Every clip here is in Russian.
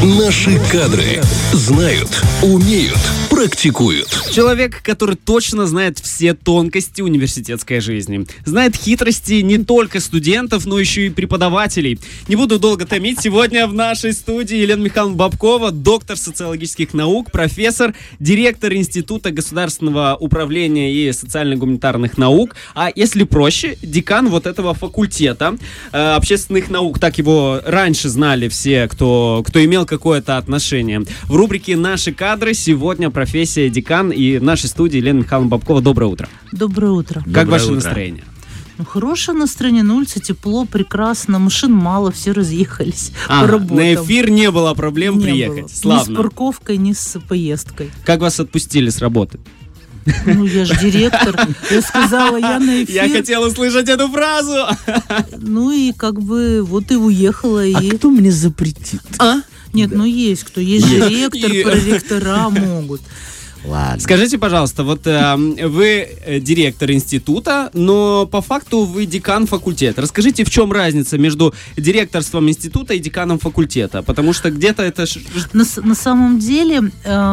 Наши кадры знают, умеют, практикуют. Человек, который точно знает все тонкости университетской жизни. Знает хитрости не только студентов, но еще и преподавателей. Не буду долго томить. Сегодня в нашей студии Елена Михайловна Бобкова, доктор социологических наук, профессор, директор Института государственного управления и социально-гуманитарных наук. А если проще, декан вот этого факультета общественных наук. Так его раньше знали все, кто имел какое-то отношение. В рубрике «Наши кадры» сегодня профессия декан, и в нашей студии Елена Михайловна Бобкова. Доброе утро. Доброе утро. Как ваше настроение? Хорошее настроение, на улице тепло, прекрасно, машин мало, все разъехались по работам. На эфир не было проблем приехать. Было. Славно. Ни с парковкой, ни с поездкой. Как вас отпустили с работы? Ну, я же директор. Я сказала, я на эфир. Я хотел услышать эту фразу. Ну и как бы вот и уехала. А кто мне запретит? Нет, ну есть кто. Есть же ректор, проректора могут. Ладно. Скажите, пожалуйста, вот вы директор института, но по факту вы декан факультета. Расскажите, в чем разница между директорством института и деканом факультета? Потому что где-то это... На самом деле...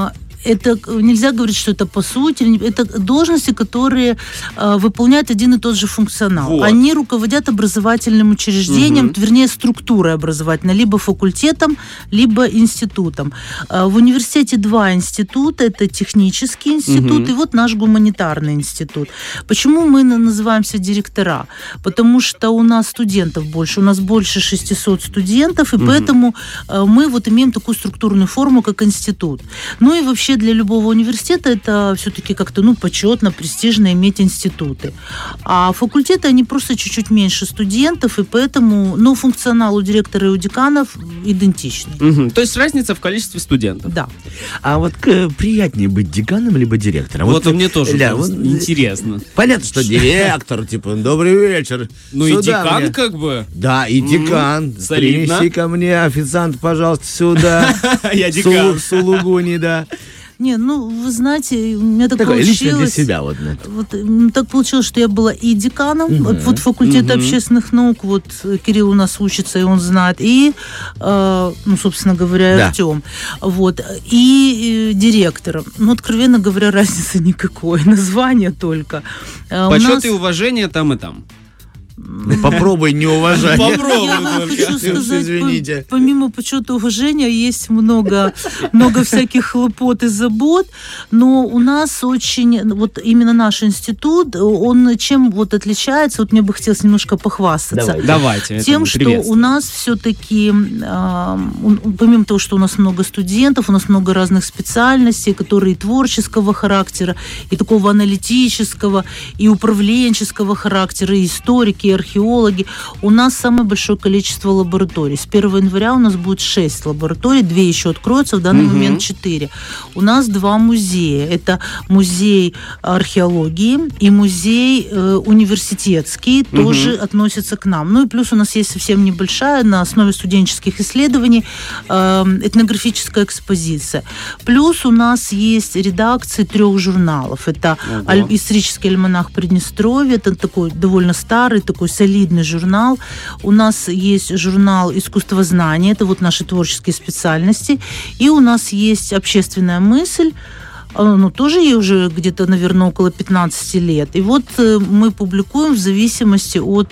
Это нельзя говорить, что это по сути. Это должности, которые выполняют один и тот же функционал. Вот. Они руководят образовательным учреждением, вернее, структурой образовательной, либо факультетом, либо институтом. В университете два института. Это технический институт и вот наш гуманитарный институт. Почему мы называемся директора? Потому что у нас студентов больше. У нас больше 600 студентов, и поэтому мы вот имеем такую структурную форму, как институт. Ну и вообще для любого университета это все-таки как-то, почетно, престижно иметь институты. А факультеты, они просто чуть-чуть меньше студентов, и поэтому, функционал у директора и у деканов идентичный. То есть разница в количестве студентов? Да. А вот приятнее быть деканом либо директором? Вот мне тоже интересно. Понятно, что директор, добрый вечер. Ну и декан как бы. Да, и декан. Солидно. Принеси ко мне, официант, пожалуйста, сюда. Я декан. Сулугу не да. Не, вы знаете, у меня так такое получилось... лично для себя так получилось, что я была и деканом факультета общественных наук, Кирилл у нас учится, и он знает, и, собственно говоря, Артем. И директором. Откровенно говоря, разницы никакой, название только. Почет и уважение там и там. Попробуй не уважать. Я хочу сказать, извините. Помимо почета и уважения есть много всяких хлопот и забот, но у нас очень, именно наш институт, он чем отличается, мне бы хотелось немножко похвастаться. Давайте. Тем, что у нас все-таки, помимо того, что у нас много студентов, у нас много разных специальностей, которые и творческого характера, и такого аналитического, и управленческого характера, и историки, и археологи. У нас самое большое количество лабораторий. С 1 января у нас будет 6 лабораторий, 2 еще откроются, в данный момент 4. У нас 2 музея. Это музей археологии и музей университетский, тоже относится к нам. И плюс у нас есть совсем небольшая, на основе студенческих исследований, этнографическая экспозиция. Плюс у нас есть редакции 3 журналов. Это исторический альманах Приднестровья, это такой довольно старый, такой солидный журнал. У нас есть журнал «Искусствознание», это наши творческие специальности. И у нас есть «Общественная мысль», тоже ей уже где-то, наверное, около 15 лет. И мы публикуем в зависимости от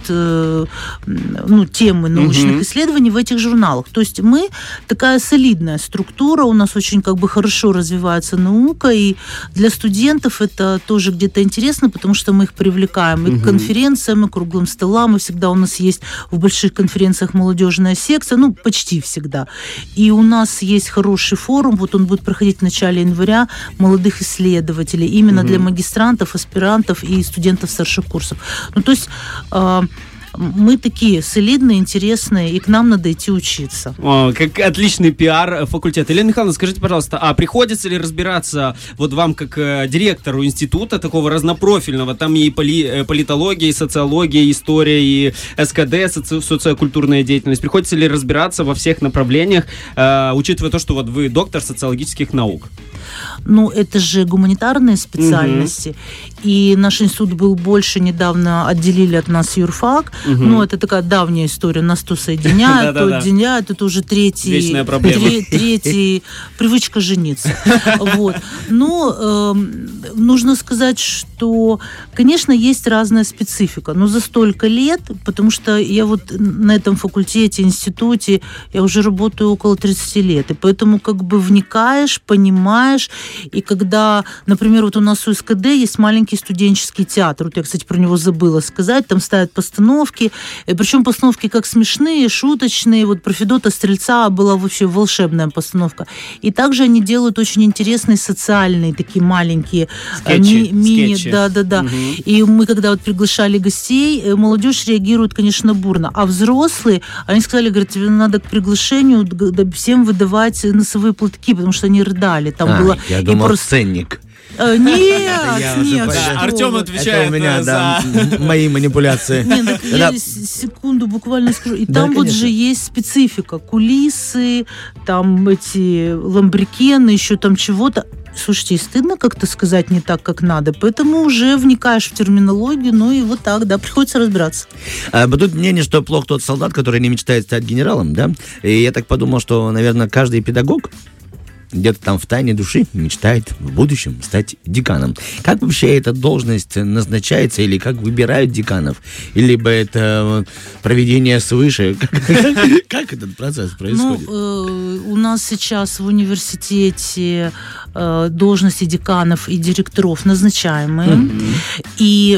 темы научных исследований в этих журналах. То есть мы такая солидная структура, у нас очень хорошо развивается наука, и для студентов это тоже где-то интересно, потому что мы их привлекаем и к конференциям, и к круглым столам, и всегда у нас есть в больших конференциях молодежная секция, почти всегда. И у нас есть хороший форум, он будет проходить в начале января, молодых исследователей, именно для магистрантов, аспирантов и студентов старших курсов. То есть мы такие солидные, интересные, и к нам надо идти учиться. Как отличный пиар факультета. Елена Михайловна, скажите, пожалуйста, приходится ли разбираться вам, как директору института, такого разнопрофильного, там и политология, и социология, и история, и СКД, социокультурная деятельность, приходится ли разбираться во всех направлениях, учитывая то, что вы доктор социологических наук? Это же гуманитарные специальности, и наш институт был больше, недавно отделили от нас юрфак, Ну, это такая давняя история. Нас то соединяют, то отделяют. Это уже третий... Привычка жениться. Вот. Но нужно сказать, что, конечно, есть разная специфика. Но за столько лет, потому что я вот на этом факультете, институте, я уже работаю около 30 лет. И поэтому как бы вникаешь, понимаешь. И когда, например, вот у нас у СКД есть маленький студенческий театр. Вот я, кстати, про него забыла сказать. Там ставят постановки. И причем постановки как смешные, шуточные. Вот про Федота Стрельца была вообще волшебная постановка. И также они делают очень интересные социальные такие маленькие мини. Да. И мы, когда вот приглашали гостей, молодежь реагирует, конечно, бурно. А взрослые, они сказали, говорят, тебе надо к приглашению всем выдавать носовые платки, потому что они рыдали. Там было я думал, ценник. Нет. Артем отвечает у меня, за... мои манипуляции. Нет, я секунду буквально скажу. И там вот же есть специфика. Кулисы, там эти ламбрикены, еще там чего-то. Слушайте, стыдно как-то сказать не так, как надо, поэтому уже вникаешь в терминологию, ну и вот так, да, приходится разбираться. Тут мнение, что плох тот солдат, который не мечтает стать генералом, да? И я так подумал, что, наверное, каждый педагог где-то там в тайне души мечтает в будущем стать деканом. Как вообще эта должность назначается или как выбирают деканов? Или бы это проведение свыше? Как этот процесс происходит? У нас сейчас в университете должности деканов и директоров назначаемые. И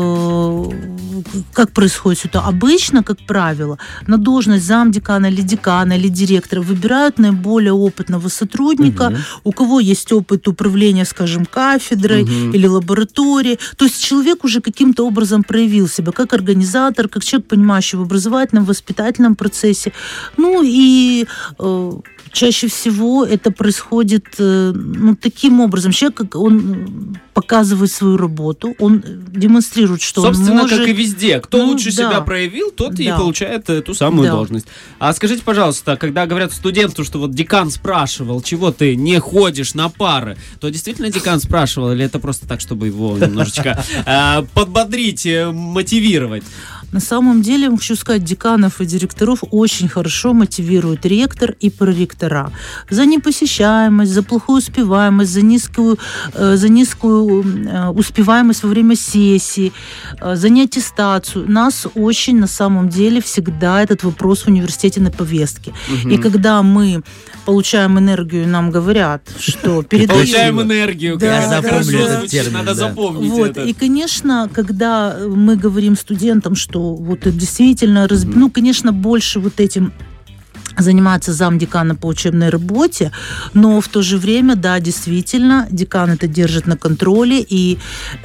как происходит это? Обычно, как правило, на должность замдекана или декана или директора выбирают наиболее опытного сотрудника, у кого есть опыт управления, скажем, кафедрой или лабораторией. То есть человек уже каким-то образом проявил себя как организатор, как человек, понимающий в образовательном, воспитательном процессе. Ну и чаще всего это происходит таким образом. Человек, он показывает свою работу, он демонстрирует, что собственно, он может... как и везде. Кто лучше себя проявил, тот и получает ту самую должность. А скажите, пожалуйста, когда говорят студенту, что вот декан спрашивал, чего ты не ходишь на пары, то действительно декан спрашивал, или это просто так, чтобы его немножечко подбодрить, мотивировать? На самом деле, я хочу сказать, деканов и директоров очень хорошо мотивирует ректор и проректора. За непосещаемость, за плохую успеваемость, за низкую успеваемость во время сессии, за неаттестацию. Нас очень, на самом деле, всегда этот вопрос в университете на повестке. И когда мы получаем энергию, нам говорят, что перед... Получаем энергию. Я запомню этот термин. Надо запомнить это. И, конечно, когда мы говорим студентам, что вот это действительно, конечно, больше вот этим заниматься замдекана по учебной работе, но в то же время, да, действительно, декан это держит на контроле, и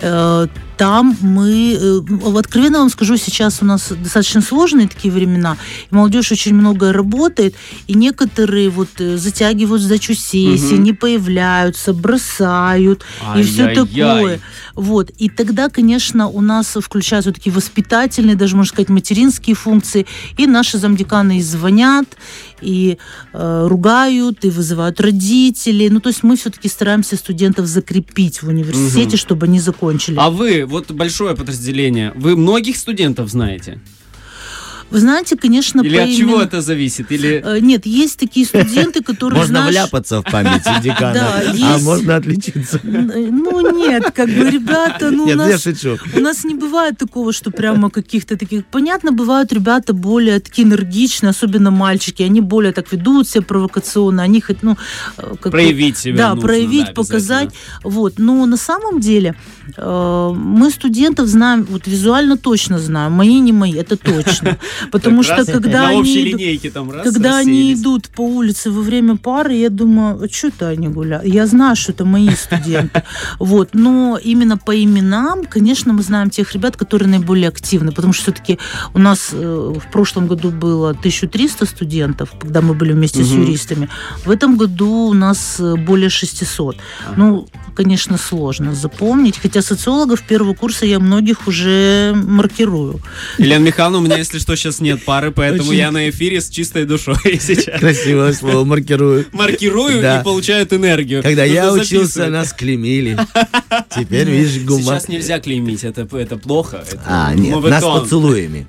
там мы, откровенно вам скажу, сейчас у нас достаточно сложные такие времена, и молодежь очень много работает, и некоторые вот затягивают сдачу сессии, не появляются, бросают, и все такое. Вот. И тогда, конечно, у нас включаются такие воспитательные, даже, можно сказать, материнские функции, и наши замдеканы и звонят, и ругают, и вызывают родителей. Ну, то есть мы все-таки стараемся студентов закрепить в университете, чтобы они закончили. А вы, вот большое подразделение, вы многих студентов знаете? Вы знаете, конечно... Или от чего это зависит? Или... Нет, есть такие студенты, которые, можно вляпаться в памяти декана, а можно отличиться. Ну, нет, как бы, ребята, нет, я шучу. У нас не бывает такого, что прямо каких-то таких... Понятно, бывают ребята более такие энергичные, особенно мальчики, они более так ведут себя провокационно, они хоть, проявить себя да, нужно, проявить, показать. Вот. Но на самом деле мы студентов знаем, вот визуально точно знаем, мои, не мои, это точно. Потому что когда они идут по улице во время пары, я думаю, а что это они гуляют? Я знаю, что это мои студенты. Вот. Но именно по именам, конечно, мы знаем тех ребят, которые наиболее активны, потому что все-таки у нас в прошлом году было 1300 студентов, когда мы были вместе с юристами. В этом году у нас более 600. Ну, конечно, сложно запомнить, хотя социологов первого курса я многих уже маркирую. Елена Михайловна, у меня, если что, сейчас нет пары, поэтому я на эфире с чистой душой сейчас. Красивое слово, маркирую. Маркирую и получают энергию. Когда я учился, нас клеймили. Теперь, видишь, гума. Сейчас нельзя клеймить, это плохо. Нет, нас поцелуями.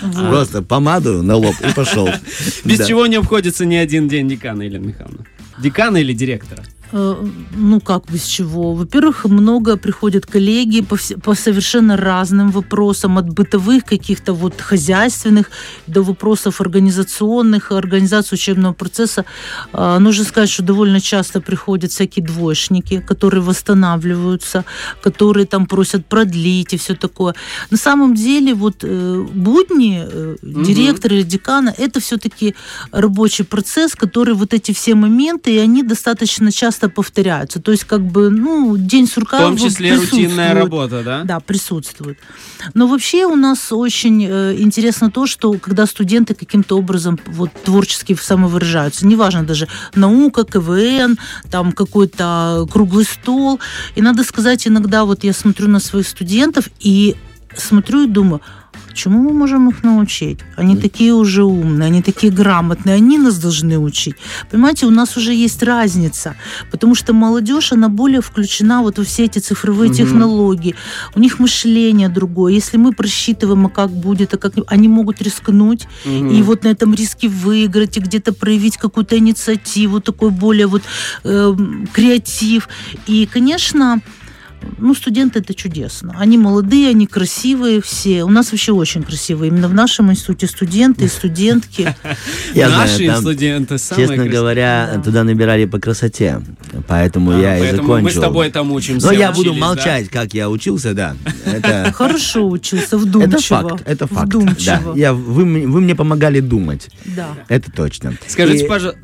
Просто помаду на лоб и пошел. Без Да. чего не обходится ни один день декана, Елена Михайловна? Декана или директора? Ну, как без чего? Во-первых, много приходят коллеги по совершенно разным вопросам, от бытовых каких-то вот хозяйственных до вопросов организационных, организации учебного процесса. Нужно сказать, что довольно часто приходят всякие двоечники, которые восстанавливаются, которые там просят продлить и все такое. На самом деле, вот будни директора или декана, это все-таки рабочий процесс, который вот эти все моменты, и они достаточно часто повторяются. То есть, как бы, день сурка В том числе рутинная работа, да? Да, присутствует. Но вообще у нас очень интересно то, что когда студенты каким-то образом вот творчески самовыражаются, неважно даже наука, КВН, там какой-то круглый стол. И надо сказать, иногда вот я смотрю на своих студентов и смотрю и думаю, чему мы можем их научить? Они такие уже умные, они такие грамотные, они нас должны учить. Понимаете, у нас уже есть разница, потому что молодежь, она более включена вот во все эти цифровые технологии. У них мышление другое. Если мы просчитываем, а как будет, а как... Они могут рискнуть, и вот на этом риске выиграть, и где-то проявить какую-то инициативу, такой более вот креатив. И, конечно... студенты это чудесно. Они молодые, они красивые все. У нас вообще очень красивые. Именно в нашем институте студенты и студентки. Наши студенты самые честно красивые. говоря, туда набирали по красоте. Поэтому я и Поэтому закончил. мы с тобой там учимся. Но я буду учились, молчать, как я учился, да. Это Хорошо учился, вдумчиво. это факт. Да. Вдумчиво. Вы мне помогали думать. Да. Это точно. Скажите, И- пожалуйста...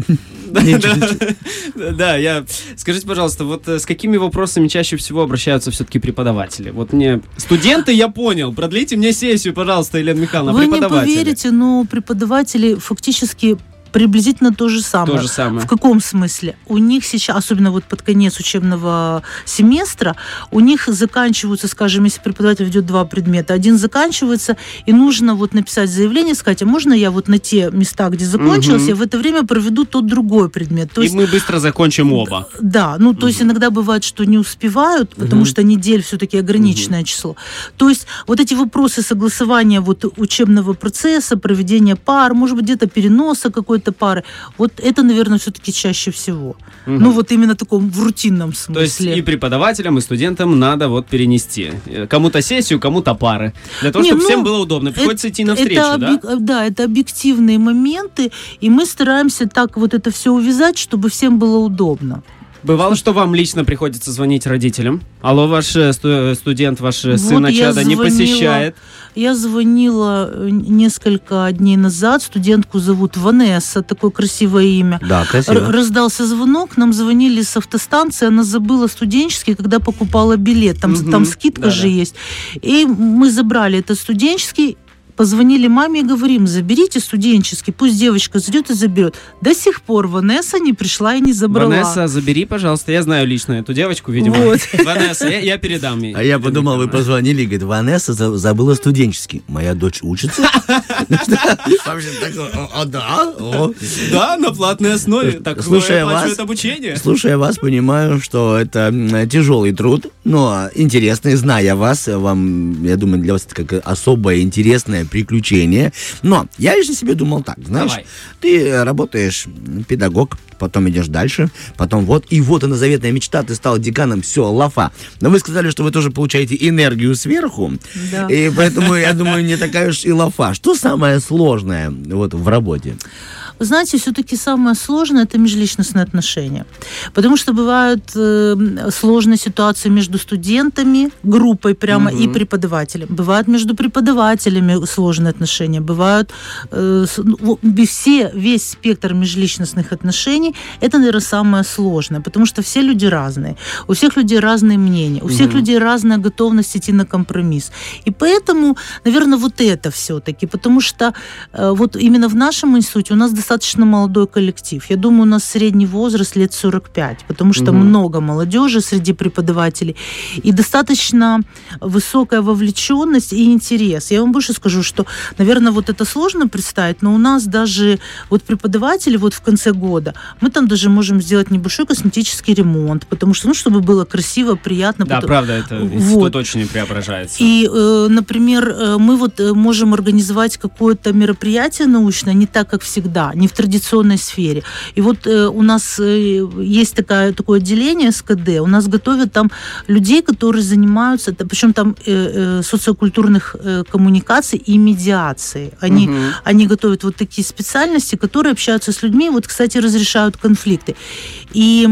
Скажите, пожалуйста, вот с какими вопросами чаще всего обращаются все-таки преподаватели? Вот мне... Студенты, я понял. Продлите мне сессию, пожалуйста, Елена Михайловна. Вы не Преподаватели. поверите, но преподаватели фактически приблизительно то же самое. То же самое. В каком смысле? У них сейчас, особенно вот под конец учебного семестра, у них заканчиваются, скажем, если преподаватель ведет 2 предмета, один заканчивается, и нужно вот написать заявление, сказать, а можно я вот на те места, где закончилось, я в это время проведу тот другой предмет. То И есть, мы быстро закончим оба. да, то есть иногда бывает, что не успевают, потому что недель все-таки ограниченное число. То есть вот эти вопросы согласования вот учебного процесса, проведения пар, может быть, где-то переноса какой-то пары, вот это, наверное, все-таки чаще всего. Вот именно таком в рутинном смысле. То есть и преподавателям, и студентам надо вот перенести. Кому-то сессию, кому-то пары. Для того, чтобы всем было удобно. Приходится идти навстречу, да? Да, это объективные моменты, и мы стараемся так вот это все увязать, чтобы всем было удобно. Бывало, что вам лично приходится звонить родителям? Алло, ваш студент, ваш сын Вот я чадо не посещает? Я звонила несколько дней назад, студентку зовут Ванесса, такое красивое имя. Да, красиво. Раздался звонок, нам звонили с автостанции, она забыла студенческий, когда покупала билет, там скидка же есть. И мы забрали этот студенческий, позвонили маме и говорим, заберите студенческий, пусть девочка зайдет и заберет. До сих пор Ванесса не пришла и не забрала. Ванесса, забери, пожалуйста. Я знаю лично эту девочку, видимо. Вот. Ванесса, я передам ей. А я подумал, вы позвонили и говорит, Ванесса забыла студенческий. Моя дочь учится? Вообще такое, да? Да, на платной основе. Так, Слушая вас- оплачивает обучение. Слушая вас, понимаю, что это тяжелый труд, но интересный, зная вас, вам, я думаю, для вас это как особое интересное приключение. Но я лично себе думал так, знаешь, Давай. ты работаешь педагог, потом идешь дальше, потом и вот она заветная мечта, ты стал деканом, все, лафа. Но вы сказали, что вы тоже получаете энергию сверху, Да. и поэтому, я думаю, не такая уж и лафа. Что самое сложное вот в работе? Вы знаете, все-таки самое сложное – это межличностные отношения. Потому что бывают сложные ситуации между студентами, группой прямо, и преподавателем. Бывают между преподавателями сложные отношения. Бывают весь спектр межличностных отношений – это, наверное, самое сложное. Потому что все люди разные. У всех людей разные мнения. У всех людей разная готовность идти на компромисс. И поэтому, наверное, вот это все-таки. Потому что вот именно в нашем институте у нас достаточно достаточно молодой коллектив. Я думаю, у нас средний возраст лет 45, потому что много молодежи среди преподавателей и достаточно высокая вовлеченность и интерес. Я вам больше скажу, что, наверное, вот это сложно представить, но у нас даже вот преподаватели вот в конце года, мы там даже можем сделать небольшой косметический ремонт, потому что, чтобы было красиво, приятно. Да, правда, это институт очень преображается. И, например, мы вот можем организовать какое-то мероприятие научное не так, как всегда, не в традиционной сфере. И вот у нас есть такое отделение СКД, у нас готовят там людей, которые занимаются, причем там социокультурных коммуникаций и медиации. Они готовят вот такие специальности, которые общаются с людьми, вот, кстати, разрешают конфликты. И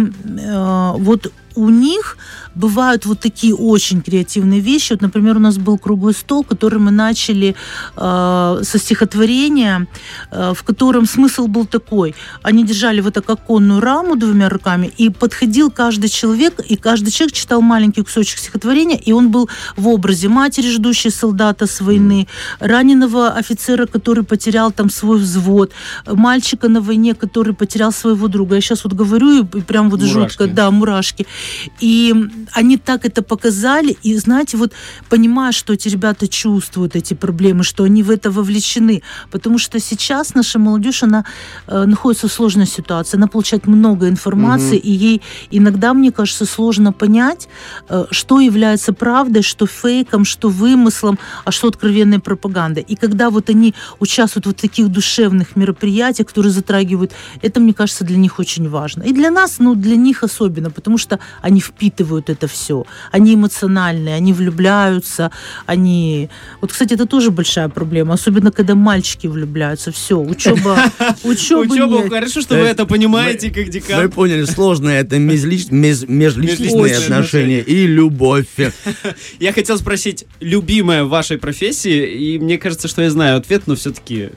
вот у них бывают вот такие очень креативные вещи. Вот, например, у нас был круглый стол, который мы начали со стихотворения, в котором смысл был такой. Они держали вот так оконную раму двумя руками, и подходил каждый человек, и каждый человек читал маленький кусочек стихотворения, и он был в образе матери, ждущей солдата с войны, раненого офицера, который потерял там свой взвод, мальчика на войне, который потерял своего друга. Я сейчас вот говорю, и прям вот мурашки. Жутко, да, мурашки. И они так это показали, и, знаете, вот понимая, что эти ребята чувствуют эти проблемы, что они в это вовлечены, потому что сейчас наша молодежь, она находится в сложной ситуации, она получает много информации, и ей иногда, мне кажется, сложно понять, что является правдой, что фейком, что вымыслом, а что откровенной пропагандой. И когда вот они участвуют в таких душевных мероприятиях, которые затрагивают, это, мне кажется, для них очень важно. И для нас, для них особенно, потому что они впитывают это все. Они эмоциональные, они влюбляются, они... Вот, кстати, это тоже большая проблема, особенно когда мальчики влюбляются. Все, учеба нет. Хорошо, что вы это понимаете, как декан. Мы поняли, сложное это межличностные отношения и любовь. Я хотел спросить, любимая в вашей профессии, и мне кажется, что я знаю ответ, но все-таки...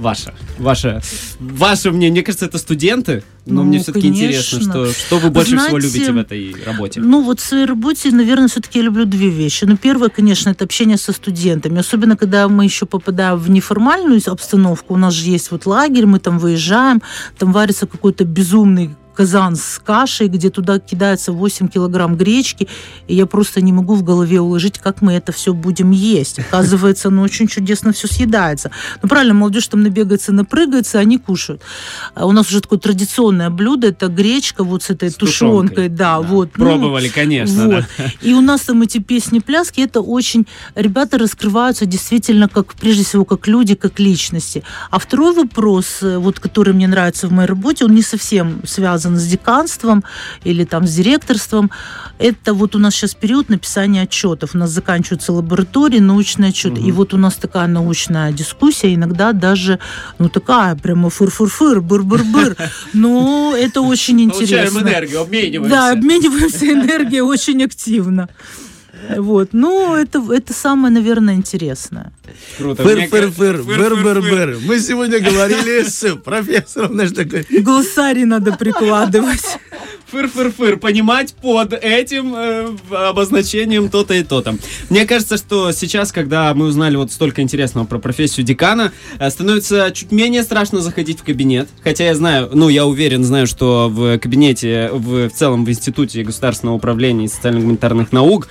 Ваше мнение. Мне кажется, это студенты, но мне все-таки интересно, что вы больше всего любите в этой работе. Вот в своей работе, наверное, все-таки я люблю две вещи. Первое, конечно, это общение со студентами. Особенно, когда мы еще попадаем в неформальную обстановку. У нас же есть вот лагерь, мы там выезжаем, там варится какой-то безумный казан с кашей, где туда кидается 8 килограмм гречки, и я просто не могу в голове уложить, как мы это все будем есть. Оказывается, очень чудесно все съедается. Правильно, молодежь там набегается, напрыгается, они кушают. А у нас уже такое традиционное блюдо, это гречка вот с этой тушенкой. Да. Вот. Пробовали, конечно. Вот. Да. И у нас там эти песни-пляски, это очень... Ребята раскрываются действительно, прежде всего, как люди, как личности. А второй вопрос, вот, который мне нравится в моей работе, он не совсем связан с деканством или там с директорством. Это вот у нас сейчас период написания отчетов. У нас заканчиваются лаборатории, научные отчеты. И вот у нас такая научная дискуссия, иногда даже, такая прямо фыр-фыр-фыр, быр-быр-быр. Но это очень интересно. Получаем энергию, обмениваемся. Да, обмениваемся энергией очень активно. Вот. Это самое, наверное, интересное. Круто. Фыр-фыр-фыр, быр-быр-быр. Мы сегодня говорили с профессором, такой... Глоссарий надо прикладывать. Фыр-фыр-фыр. Понимать под этим обозначением то-то и то-то. Мне кажется, что сейчас, когда мы узнали вот столько интересного про профессию декана, становится чуть менее страшно заходить в кабинет. Хотя я знаю, я уверен, знаю, что в кабинете, в целом в Институте государственного управления и социально-гуманитарных наук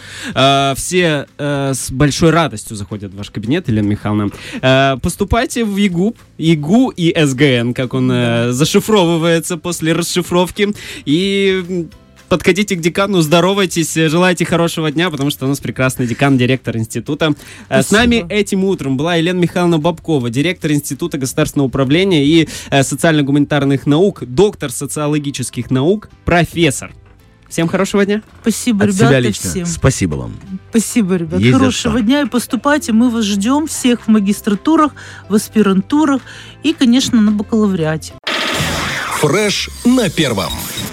все с большой радостью заходят в ваш кабинет, Елена Михайловна. Поступайте в ЕГУ и СГН, как он зашифровывается после расшифровки, и подходите к декану, здоровайтесь, желайте хорошего дня, потому что у нас прекрасный декан, директор института. Спасибо. С нами этим утром была Елена Михайловна Бабкова, директор Института государственного управления и социально-гуманитарных наук, доктор социологических наук, профессор. Всем хорошего дня. Спасибо, от ребята, себя лично. всем. Спасибо вам. Спасибо, ребят. Есть Хорошего дня и поступайте. Мы вас ждем всех в магистратурах, в аспирантурах и, конечно, на бакалавриате. Фреш на первом.